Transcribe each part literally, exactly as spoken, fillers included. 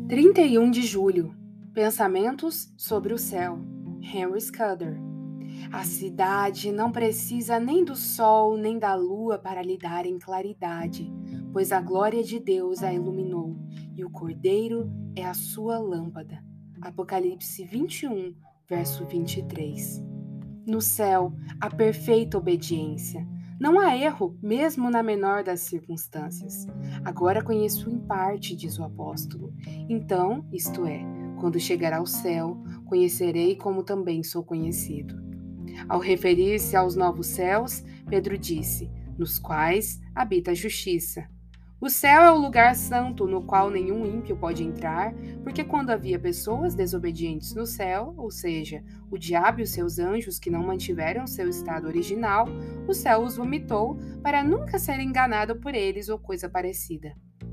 trinta e um de julho. Pensamentos sobre o céu. Henry Scudder. A cidade não precisa nem do sol nem da lua para lhe darem claridade, pois a glória de Deus a iluminou, e o Cordeiro é a sua lâmpada. Apocalipse vinte e um, verso vinte e três. No céu, há perfeita obediência. Não há erro, mesmo na menor das circunstâncias. Agora conheço em parte, diz o apóstolo. Então, isto é, quando chegar ao céu, conhecerei como também sou conhecido. Ao referir-se aos novos céus, Pedro disse, nos quais habita a justiça. O céu é o lugar santo no qual nenhum ímpio pode entrar, porque quando havia pessoas desobedientes no céu, ou seja, o diabo e os seus anjos que não mantiveram seu estado original, o céu os vomitou para nunca ser enganado por eles ou coisa parecida.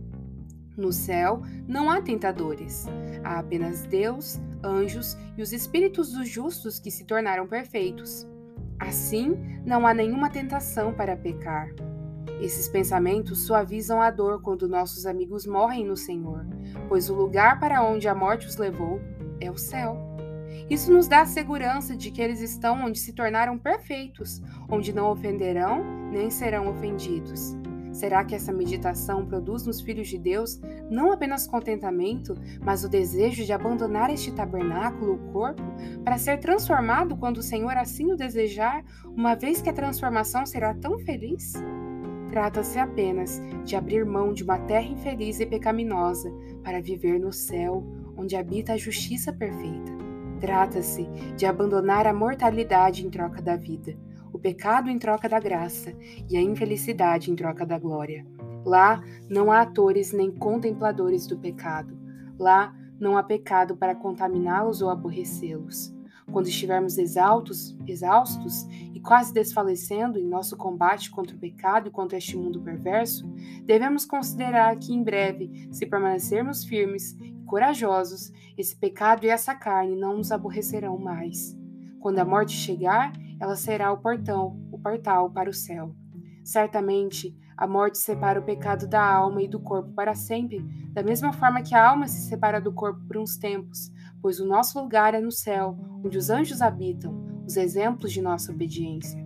No céu não há tentadores, há apenas Deus, anjos e os espíritos dos justos que se tornaram perfeitos. Assim, não há nenhuma tentação para pecar. Esses pensamentos suavizam a dor quando nossos amigos morrem no Senhor, pois o lugar para onde a morte os levou é o céu. Isso nos dá a segurança de que eles estão onde se tornaram perfeitos, onde não ofenderão nem serão ofendidos. Será que essa meditação produz nos filhos de Deus não apenas contentamento, mas o desejo de abandonar este tabernáculo, o corpo, para ser transformado quando o Senhor assim o desejar, uma vez que a transformação será tão feliz? Trata-se apenas de abrir mão de uma terra infeliz e pecaminosa para viver no céu, onde habita a justiça perfeita. Trata-se de abandonar a mortalidade em troca da vida, o pecado em troca da graça e a infelicidade em troca da glória. Lá não há atores nem contempladores do pecado. Lá não há pecado para contaminá-los ou aborrecê-los. Quando estivermos exaltos, exaustos e quase desfalecendo em nosso combate contra o pecado e contra este mundo perverso, devemos considerar que em breve, se permanecermos firmes e corajosos, esse pecado e essa carne não nos aborrecerão mais. Quando a morte chegar, ela será o portão, o portal para o céu. Certamente, a morte separa o pecado da alma e do corpo para sempre, da mesma forma que a alma se separa do corpo por uns tempos, pois o nosso lugar é no céu, onde os anjos habitam, os exemplos de nossa obediência.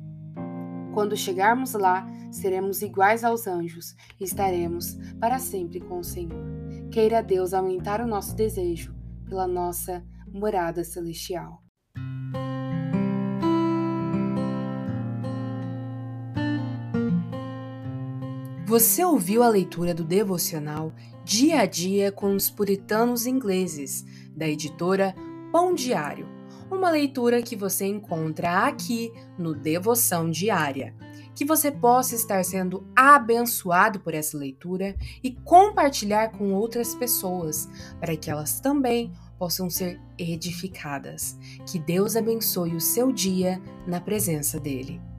Quando chegarmos lá, seremos iguais aos anjos e estaremos para sempre com o Senhor. Queira Deus aumentar o nosso desejo pela nossa morada celestial. Você ouviu a leitura do devocional Dia a Dia com os Puritanos Ingleses, da editora Pão Diário, uma leitura que você encontra aqui no Devoção Diária. Que você possa estar sendo abençoado por essa leitura e compartilhar com outras pessoas, para que elas também possam ser edificadas. Que Deus abençoe o seu dia na presença dEle.